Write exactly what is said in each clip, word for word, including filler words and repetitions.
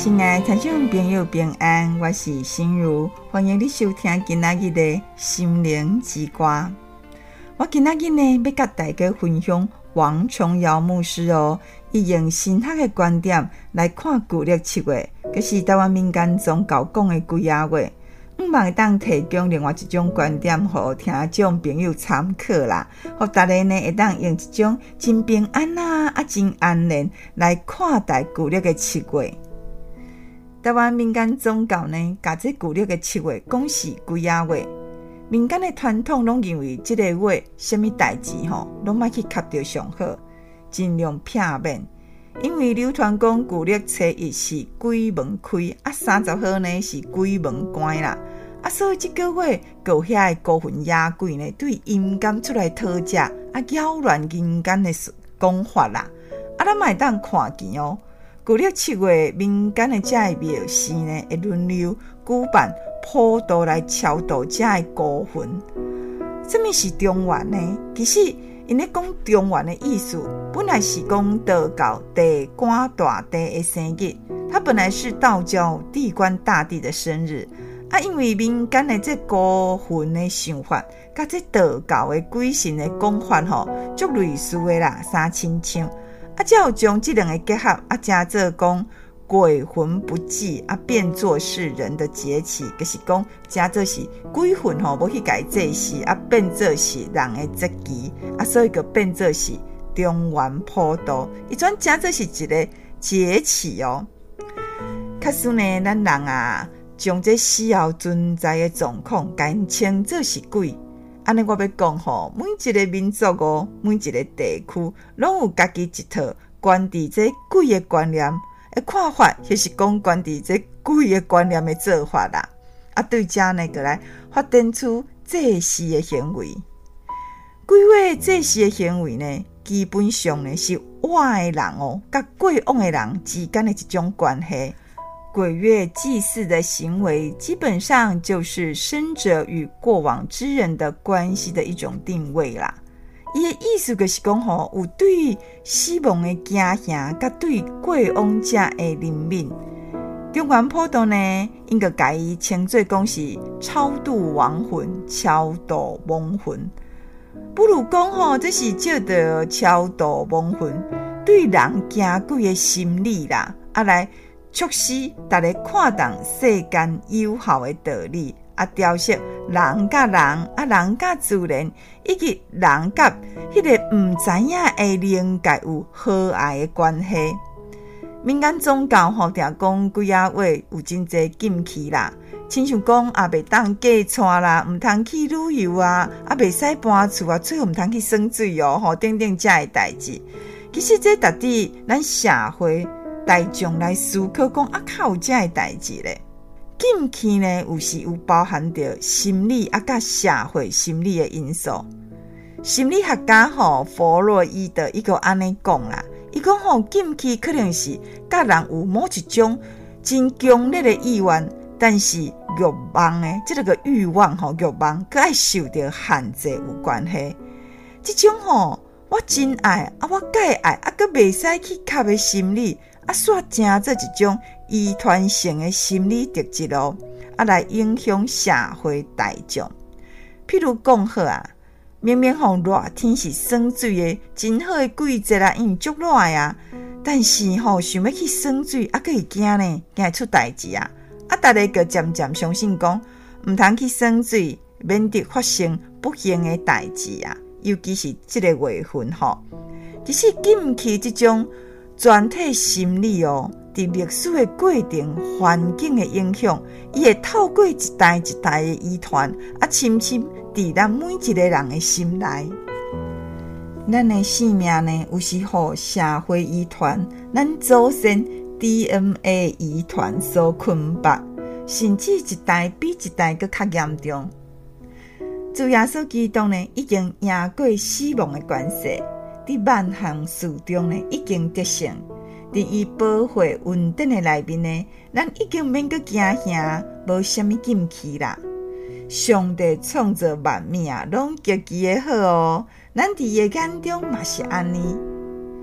亲爱的听众朋友平安，我是心如，欢迎你收听今仔日的心灵之歌。我今仔日呢要甲大家分享王琼瑶牧师哦，伊用神学的观点来看旧约七月，就是台湾民间宗教讲的几啊月。毋茫当提供另外一种观点，互听众朋友参考啦。互大家呢会当用一种真平安啊、啊真安然来看待旧约的七月。台湾民间宗教呢，把这旧约的七月讲是几啊月。民间的传统拢认为这个月什么代志吼，拢莫去卡着上好，尽量避免。因为流传讲旧历初一是鬼门开，啊三十号呢是鬼门关啦，啊所以这个月有遐的孤魂野鬼呢，对阴间出来讨食，啊扰乱阴间的讲法啦，啊咱嘛当看见哦。旧历七月民间的这个庙寺呢，会轮流举办普渡来超度这个孤魂。什么是中元呢？其实因咧讲中元的意思，本来是讲道教地官大帝的生日，它本来是道教地官大帝的生日啊。因为民间的这孤魂的想法，甲这道教的鬼神的讲法吼，足类似的啦，三亲像啊，才有将这两个结合啊，加做讲鬼魂不祭啊，变作是人的节气，就是讲加做是鬼魂吼，无去改祭祀啊，变作是人的节期啊，所以就变作是中元普渡，伊转加做是一个节气哦。确实呢，咱人啊，将这死后存在的状况，简称做是鬼。安尼我要讲吼，每一个民族哦，每一个地区，拢有家己一套关于这鬼的观念的看法，或是讲关于这鬼的观念的做法啦。啊，对这呢，就来发展出祭祀的行为。鬼月祭祀的行为呢，基本上呢是活的人哦，甲过往的人之间的一种关系。鬼月祭祀的行为，基本上就是生者与过往之人的关系的一种定位啦。伊的意思就是讲吼，有对死亡的家乡，甲对过往者的人民。中元普渡呢，应该改伊称作讲是超度亡魂、超度亡魂。不如讲吼，这是借着超度亡魂对人惊鬼的心理啦，啊来促使大家看重世间有效的道理，啊，调节人甲人，啊，人甲自然，以及人甲迄个唔知影的灵界有和谐的关系。民间宗教吼，定讲几啊月有真侪禁忌啦，亲像讲啊，袂当嫁娶啦，唔通去旅游啊，啊，袂使搬厝啊，最好唔通去耍水哦，吼，等等这的代志。其实这值得咱社会大众来思考讲啊，较有这的代志咧。禁忌呢，有时有包含着心理啊，甲社会心理的因素。心理学家吼弗洛伊德伊个安尼讲啦，伊讲吼禁忌可能是甲人有某一种真强烈的意愿，但是欲望的这个欲望吼欲望，佮爱受到限制有关系。这种吼我真爱啊，我介爱啊，佮袂使去吸的心理。啊，煞成做一种遗传性的心理特质咯，啊，来影响社会大众。譬如讲好啊，明明吼热天是耍水的真好的季节啦，因为足热啊，但是吼想要去耍水，啊，佮会惊呢，惊会出代志啊，啊，大家就渐渐相信讲，唔通去耍水，免得发生不幸的代志啊。尤其是这个月份吼，其实禁忌这种全体心理哦，伫历史的过程、环境的影响，伊会透过一代一代的遗传，啊，深深伫咱每一个人的心内。咱的性命呢，有时互社会遗传、咱祖先 D N A 遗传所捆绑，甚至一代比一代搁较严重。主耶稣基督呢，已经赢过死亡的关系。伫万项事中呢，已经得胜。伫伊保护稳定的内面呢，咱已经免阁惊吓，无虾米禁忌啦。上帝创造万物啊，拢极其的好哦。咱伫伊的眼中嘛是安尼。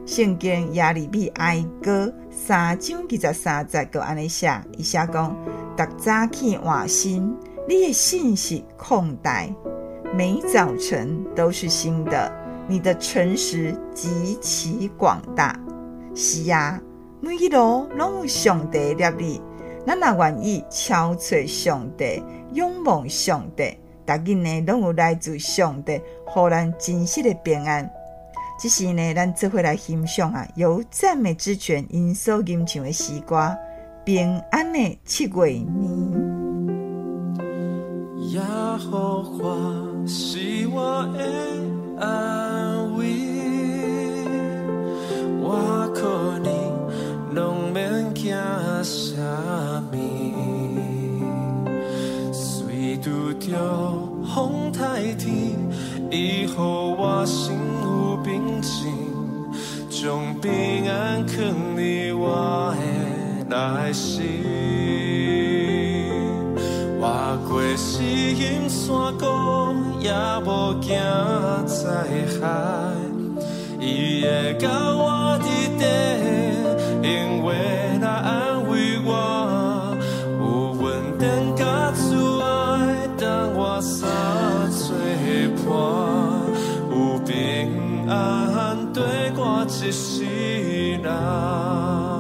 圣经耶利米哀歌三章二十三节就安尼写，伊写讲：逐早起换新，你的信息空待，每早晨都是新的，你的诚实极其广大。是啊，每一路拢有上帝的念力，咱若愿意敲找上帝，仰望上帝，逐日呢拢有来自上帝，互咱真实的平安。这时呢，咱做伙来欣赏啊，由赞美之泉因所吟唱的诗歌《平安的七月年》。 耶和华是我的安慰，我可你拢免惊啥物，虽拄着风台天，伊予我心有平静，将平安藏伫我的内心。跨过死荫山谷，也无惊灾害，伊会甲我伫底，因为来安慰我，有稳定甲阻碍，当我三做伴，有平安对我一世人。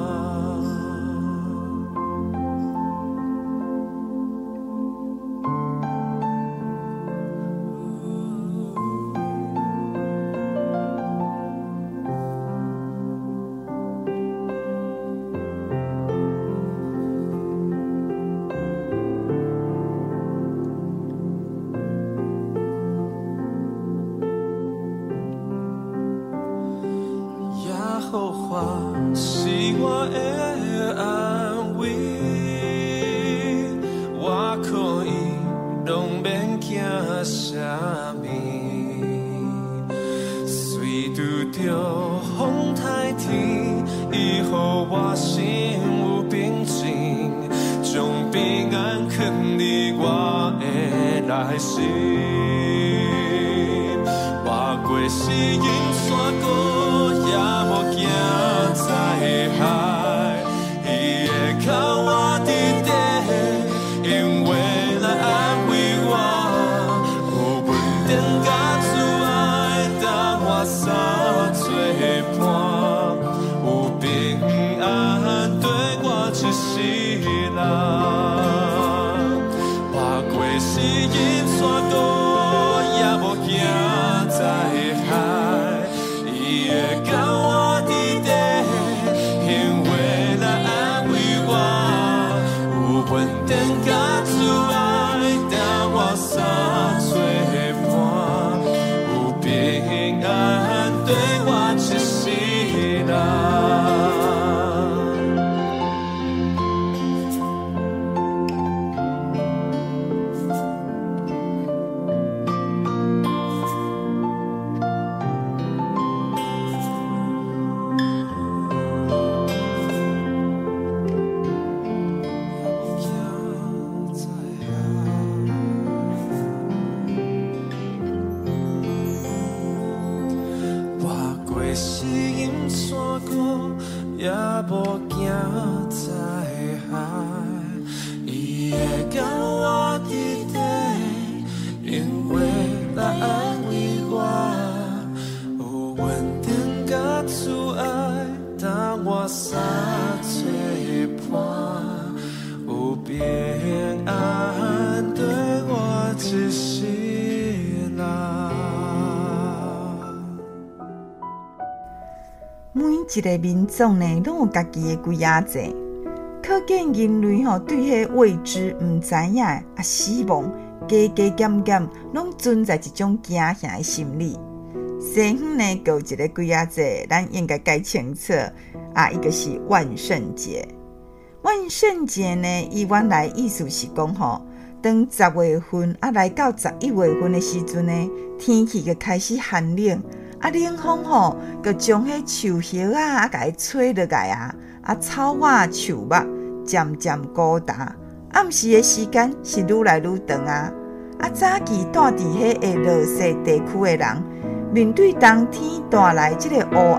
耶和华是我的安慰，我可以拢免惊啥物，虽拄着风台天，伊予我心有平静，将平安藏伫我的内心。跨过死荫山谷，也无惊灾害，伊会靠我伫底，因为来安慰我，有稳定甲阻碍，当我三做伴，有平安对我一世人。跨过死荫山谷，也无惊灾害，伊会甲我伫底，因为来安慰我，有稳定甲阻碍，当我三做伴，有平安对我一世人。死荫山谷，也无惊灾害，伊会甲我伫底，因为来安慰我，有稳定甲阻碍，当我三做伴，有平安对我一世人。 每一个民众呢，拢有家己的鬼仔节，可见人类吼对迄未知、毋知影啊死亡，加加减减，拢存在一种惊吓的心理。西方呢，有一个鬼仔节，咱应该该清楚啊，伊就是万圣节。万圣节呢，伊原来意思是讲吼，当十月份啊来到十一月份的时阵呢，天气就开始寒冷。啊，冷风吼，佮将迄树叶啊，啊，甲伊吹落来啊，啊，草啊、树木渐渐孤单。暗时的时间是愈来愈长啊。啊，早期住伫迄个热西地区的人，面对冬天带来即个乌暗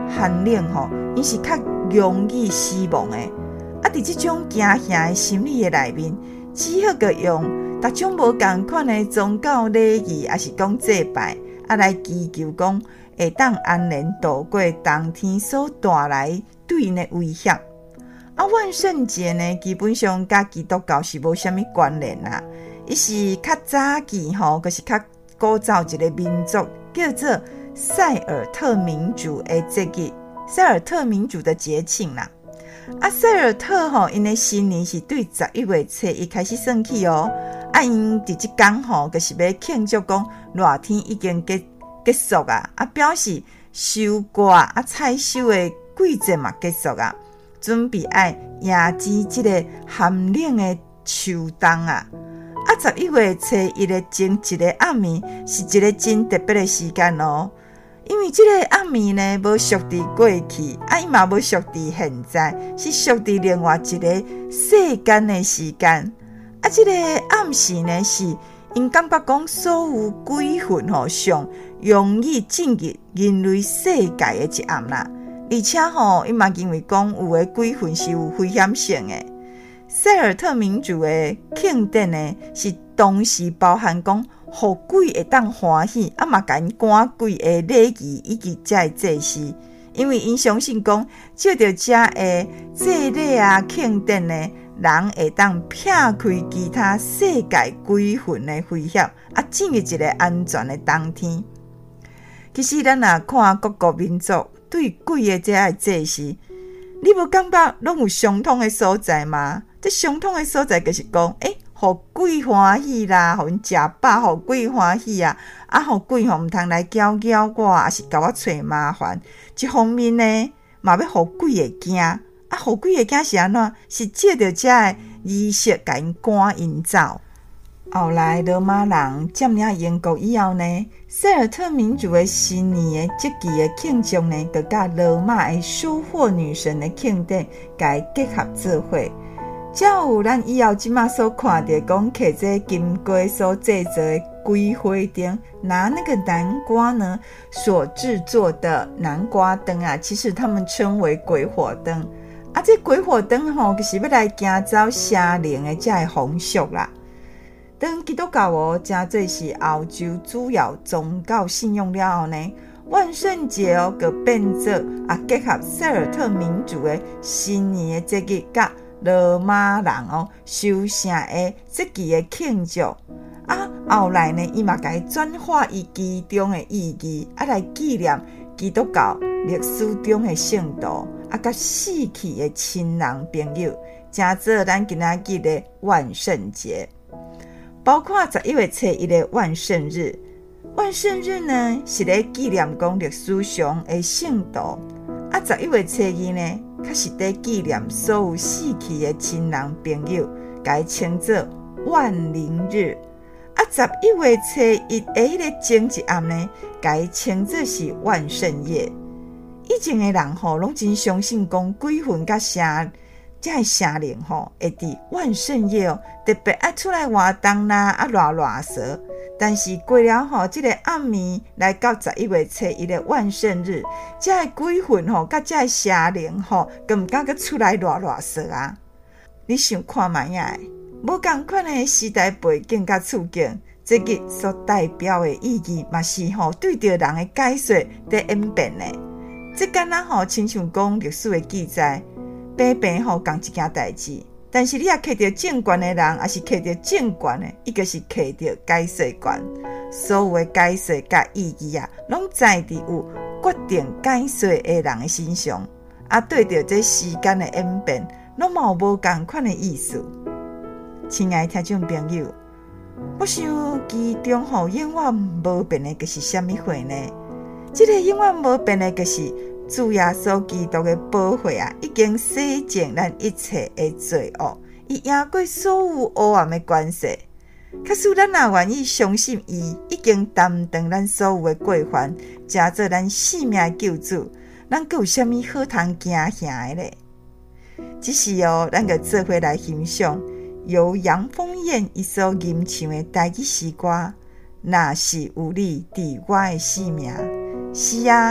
寒冷吼，因是较容易失望的。啊，伫即种惊吓的心理的内面，只好个用逐种无共款的宗教礼仪，也是讲祭拜，啊来祈求讲会当安然度过冬天所带来对因的威胁。啊，万圣节呢，基本上甲基督教是无啥物关联啦。伊是较早期吼，就是较古早一个民族叫做塞尔特民族的节日，塞尔特民族的节庆啦。啊，塞尔特吼，因的新年是对十一月初一开始算起哦。啊，因伫即天吼，就是要庆祝讲热天已经结结束啊，啊，表示收割啊、采收的季节嘛结束啊，准备爱迎接即个寒冷的秋冬啊。啊，十一月初一的前一个暗暝是一个真特别的时间哦。因为这个暗暝呢，无属伫过去，啊，伊嘛无属伫现在，是属伫另外一个世间的时间。啊，这个暗时呢，是因感觉讲所有鬼魂吼上容易进入人类世界的一暗啦。而且吼，伊嘛认为讲有的鬼魂是有危险性的。塞尔特民族的庆典呢，是同时包含讲，互鬼会当欢喜，啊嘛甲因赶鬼的礼仪以及遮的祭祀，因为因相信讲，借着遮的祭礼啊庆典呢，人会当撇开其他世界鬼魂的威胁，啊进入一个安全的冬天。其实咱若看各国民族对鬼的遮的祭祀，你无感觉拢有相同的所在吗？这相同的所在就是讲，诶、欸，互鬼欢喜啦，互因食饱，互鬼欢喜啊，啊，互鬼吼毋通来搅搅我，也是甲我找麻烦。一方面呢，嘛要互鬼会惊，啊，互鬼会惊是安怎？是借着遮的仪式甲因赶因走。后来罗马人占领英国以后呢，塞尔特民族的新年的节期的庆祝呢，就甲罗马的收获女神的庆典甲结合做伙。才有咱以后即马所看到讲，摕这金龟所制作的龟花灯，拿那个南瓜呢所制作的南瓜灯啊，其实他们称为鬼火灯啊。这鬼火灯吼，就是要来惊走邪灵的这个风俗啦。当基督教哦，真做是欧洲主要宗教信仰了后呢，万圣节哦，就变做啊结合塞尔特民族的新年的节日，甲罗马人哦修圣的节期的庆祝啊。后来呢，伊嘛甲伊转化伊其中的意义，啊来纪念基督教历史中的圣徒，啊甲死去的亲人朋友，真做咱今仔日的万圣节。包括十一月初一的万圣日，万圣日呢是咧纪念讲历史上的圣徒，啊十一月初二呢，较是咧纪念所有死去的亲人朋友，甲伊称作万灵日。啊十一月初一的迄个前一暗呢，甲伊称作是万圣夜。以前的人吼，拢真相信讲鬼魂甲邪这个邪灵吼，会伫万圣夜哦，特别爱出来活动啦，啊热热踅。但是过了吼，这个暗暝来到十一月初一的万圣日，这个鬼魂吼，甲这个邪灵吼，更毋敢佮出来热热踅啊！你想看卖呀？无共款的时代背景甲处境，这个所代表的意义，嘛是吼对着人的解说在演变的。这敢若吼，亲像讲历史的记载。平平吼讲一件代志，但是你也摕到正权的人，也是摕到正权的，伊就是摕到解说权。所有的解说甲意义啊，拢在伫有决定解说的人的身上。啊，对着这时间的演变，拢嘛有无共款的意思。亲爱的听众朋友，我想其中吼永远无变的，就是什么货呢？这个永远无变的，就是主耶稣基督的宝血啊，已经洗净咱一切的罪恶，伊赢过所有黑暗的关系。假使咱若愿意相信伊已经担当咱所有的过犯，加做咱性命的救主，咱还有啥物好通惊吓的呢？只是哦，咱个做伙来欣赏由杨丰燕伊所吟唱的台语诗歌，若是有你伫我的性命。是啊，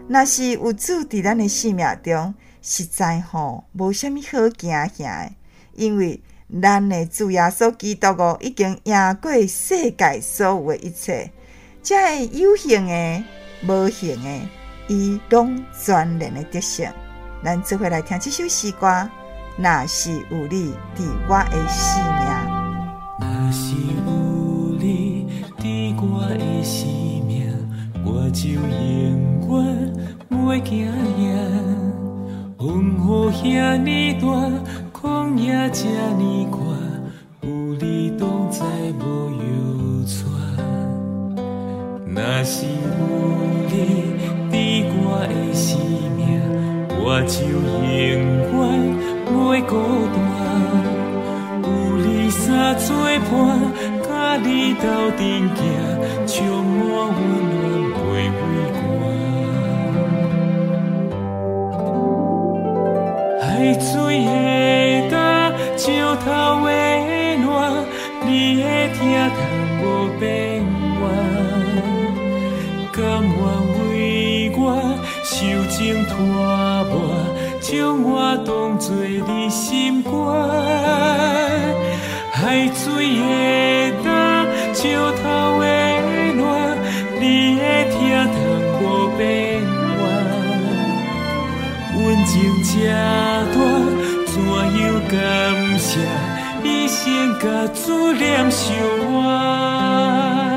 若是有主伫咱的生命中，实在吼无啥物好惊吓的，因为咱的主耶稣基督哦，已經贏過世界所有的一切，這個有形的、無形的，伊攏全然的得勝。咱做伙來聽這首詩歌，若是有你佇我的生命， 若是有你佇我的生命，我就永遠袂驚惶。風雨遐尼大，曠野這尼寬，有你同在無憂喘。若是有你佇我的生命，我就永遠袂孤單。有你相作伴，甲你鬥陣行，充滿溫暖袂畏寒。海水的干，石頭的爛，你的疼通無變幻。甘願為我受情拖磨，將我當作你心肝。海水的干，石頭的爛，你的疼通無變幻。溫情這大，怎樣感謝？一生甲主念相愛。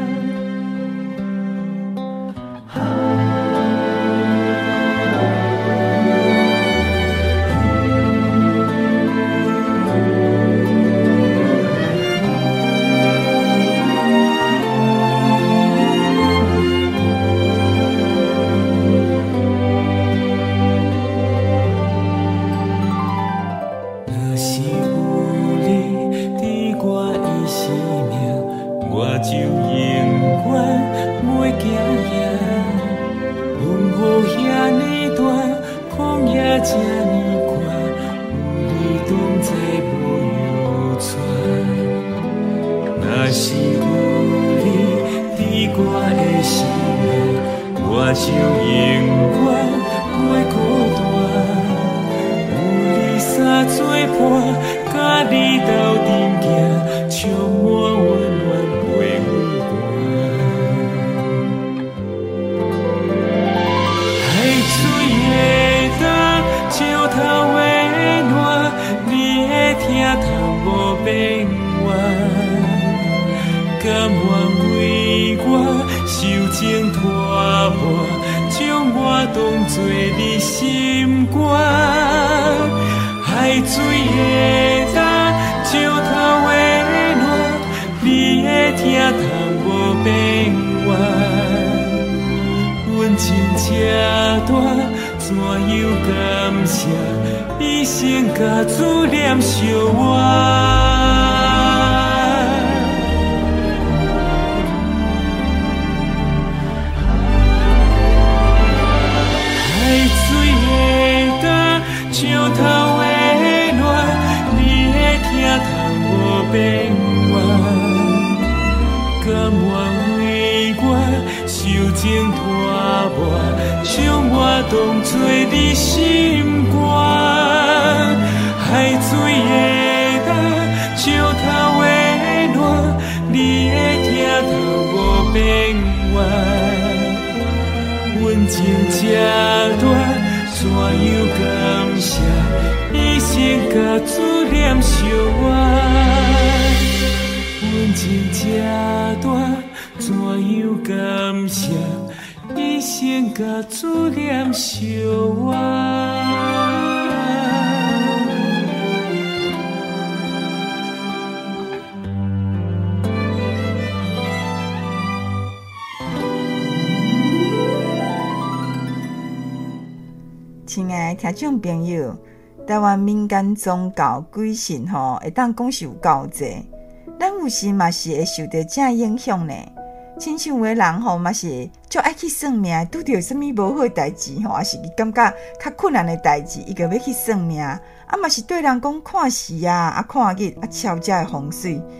親愛的聽眾朋友，台灣民間宗教鬼神吼，會當講是有夠濟，咱有時嘛是會受到這影響呢。親像有的人吼嘛是足愛去算命，拄着什麼無好的代志吼，也是感覺較困難的代志，伊就要去算命，啊嘛是對人講看時啊，啊看日啊，敲這的風水，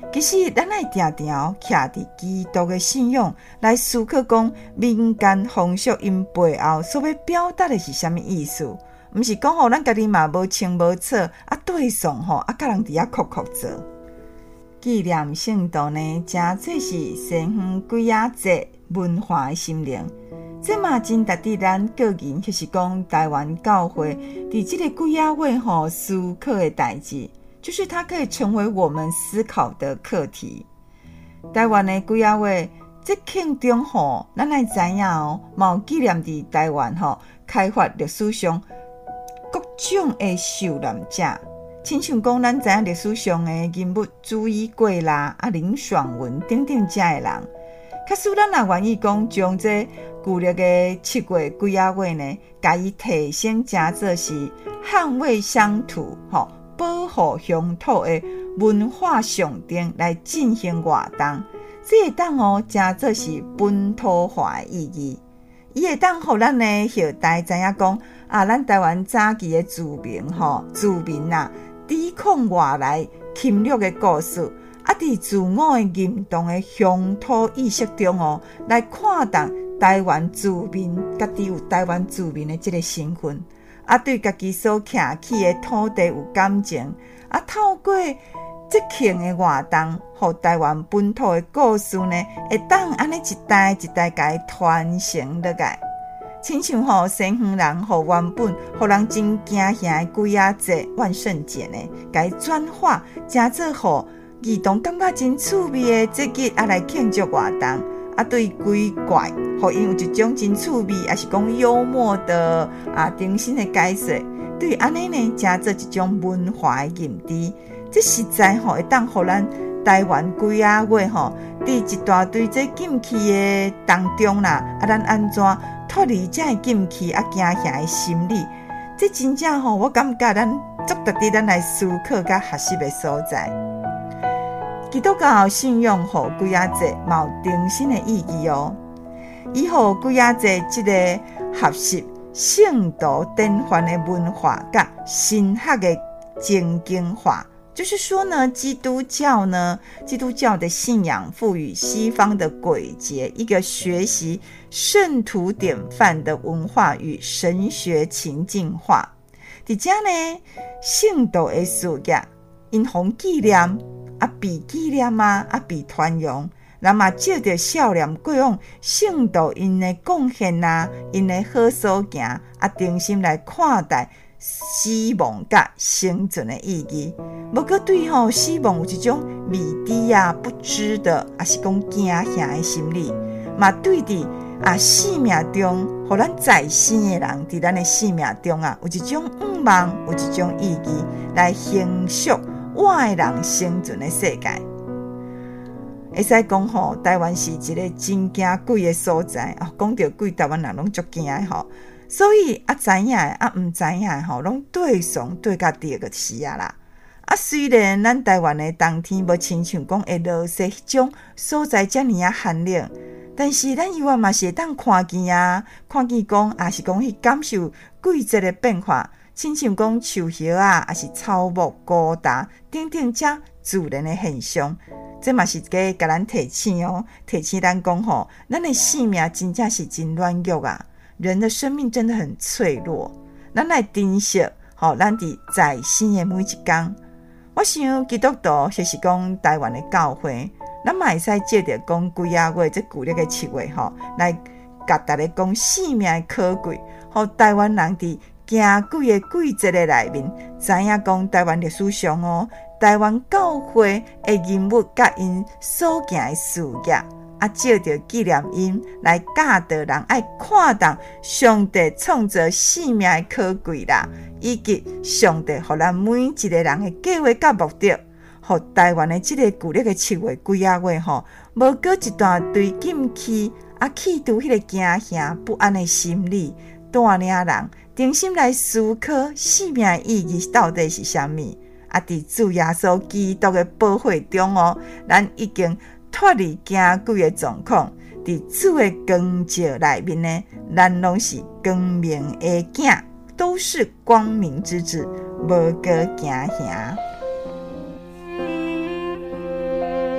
其实咱爱定定徛伫基督的信仰来思考，讲民间风俗因背后所要表达的是啥物意思？毋是讲吼咱家己嘛无清无楚，啊对送吼，啊甲人伫遐哭哭做。纪念圣道呢，真做是西方鬼仔节文化的心灵。这嘛真值得咱个人，就是讲台湾教会伫这个鬼仔会吼思考的代志。就是它可以成为我们思考的课题。台湾的鬼仔会这庆中吼，咱来知影哦，嘛有纪念伫台湾吼开发历史上各种的受难者，亲像讲咱知影历史上的人物朱一贵啦、啊林爽文等等遮的人，假使咱也愿意讲将这旧历的七月鬼仔会呢，甲伊提升成做是捍卫乡土吼。保护乡土的文化象征来进行活动，这会当哦，真做是本土化的意义。伊会当互咱的后代知影讲啊，咱台湾早期的自民吼，自民啊，抵抗外来侵略的故事，啊，伫自我的认同的乡土意识中哦，来看待台湾自民，家己有台湾自民的这个身份。啊，对家己所徛起的土地有感情，啊，透过即庆的活动，互台湾本土的故事呢，会当安尼一代一代甲伊传承落来。亲像吼西方人互原本互人真惊吓的鬼仔节、万圣节呢，甲伊转化，真做互儿童感觉真趣味的节日啊来庆祝活动。啊，对鬼怪，互因有一种真趣味，也是讲幽默的啊，重新的解释。对安尼呢，加做一种文化的认知，这实在吼会当互咱台湾鬼仔会吼，伫一大堆这禁忌的当中啦，啊，咱安怎脱离这个禁忌啊惊吓的心理？这真正吼，我感觉咱足值得咱来思考甲学习的所在。基督教信仰互鬼仔节嘛有重新的意义哦。伊互鬼仔节这个合适圣道典范的文化甲神学的正经化，就是说呢，基督教呢，基督教的信仰赋予西方的诡谲一个学习圣徒典范的文化与神学情境化。伫遮呢，圣道的事业因弘纪念。啊，被纪念啊，啊，被传扬，那么借着少年过往圣道因的贡献啊，因的好所行啊，重新来看待死亡甲生存的意义。无过对吼死亡有一种未知啊、不知的，也是讲惊吓的心理。嘛对伫啊生命中，互咱在生的人伫咱的生命中啊，有一种愿望，有一种意义来形塑。我的人生存的世界，会使讲吼，台湾是一个真惊鬼的所在啊！讲到鬼，台湾人拢足惊的吼，所以啊知影的啊毋知影的吼，拢对上对甲第个是啊啦。啊，虽然咱台湾的冬天无亲像讲会落雪迄种所在遮尔啊寒冷，但是咱以外嘛是会当看见啊，看见讲也是讲去感受季节的变化。亲像讲树叶啊，还是草木高大等等遮自然的现象，这嘛是个甲咱提醒哦，提醒咱讲吼，咱的生命真正是真软弱啊，人的生命真的很脆弱，咱来珍惜吼，咱伫在生的每一天。我想基督徒就是讲台湾的教会，咱嘛会使借着讲几啊月这旧历的七月吼，来甲大家讲生命的可贵，互台湾人伫行几个季节的内面，知影讲台湾历史上哦，台湾教会的人物甲因所行的事业，啊，借着纪念因来教导人爱看重上帝创造生命的可贵啦，以及上帝互咱每一个人的计划甲目的，互台湾的这个旧历的七月几啊月吼，无过一大堆禁忌啊，企图迄个惊吓不安的心理，带领人。重新来思考生命的意义到底是啥物？啊，伫主耶稣基督的保护中哦，咱已经脱离惊鬼的状况。伫主的光照内面呢，咱拢是光明的囝，都是光明之子，无过惊吓。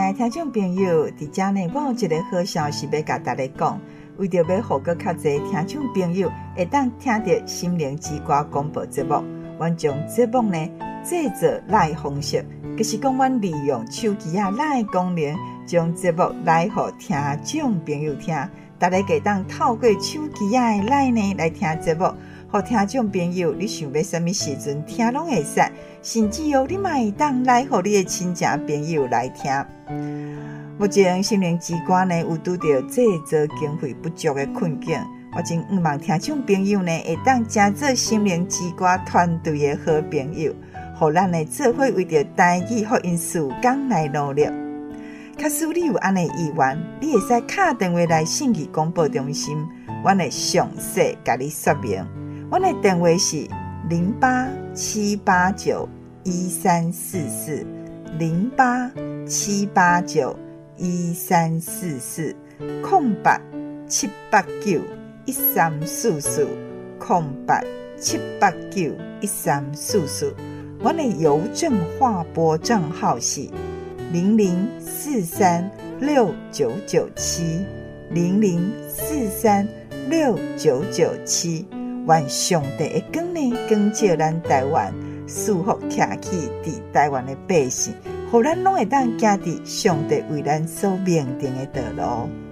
爱的听众朋友，伫遮呢，我有一个好消息要甲大家讲。为着要互更较侪听众朋友会当听到心灵之歌广播节目，阮将节目呢制作来方式，就是讲阮利用手机啊来功能，将节目来互听众朋友听。大家可当透过手机啊来呢来听节目，互听众朋友你想要什么时阵听拢会使，甚至哦你嘛会当来互你的亲戚朋友来听。目前心灵之歌呢有拄到制作经费不足的困境，我真希望听众朋友呢会当加做心灵之歌团队的好朋友，互咱呢做伙为着台语福音事工来努力。假使你有安尼意愿，你会使打电话来信义广播中心，我会详细甲你说明。我的电话是零八七八九一三四四零八七八九。一三四四空八七八九一三四四空八七八九一三四四，我的邮政划拨账号是零零四三六九九七零零四三六九九七。愿上帝的光呢，光照咱台湾，祝福徛起伫台湾的百姓。互咱拢会当行伫上帝为咱所命定的道路。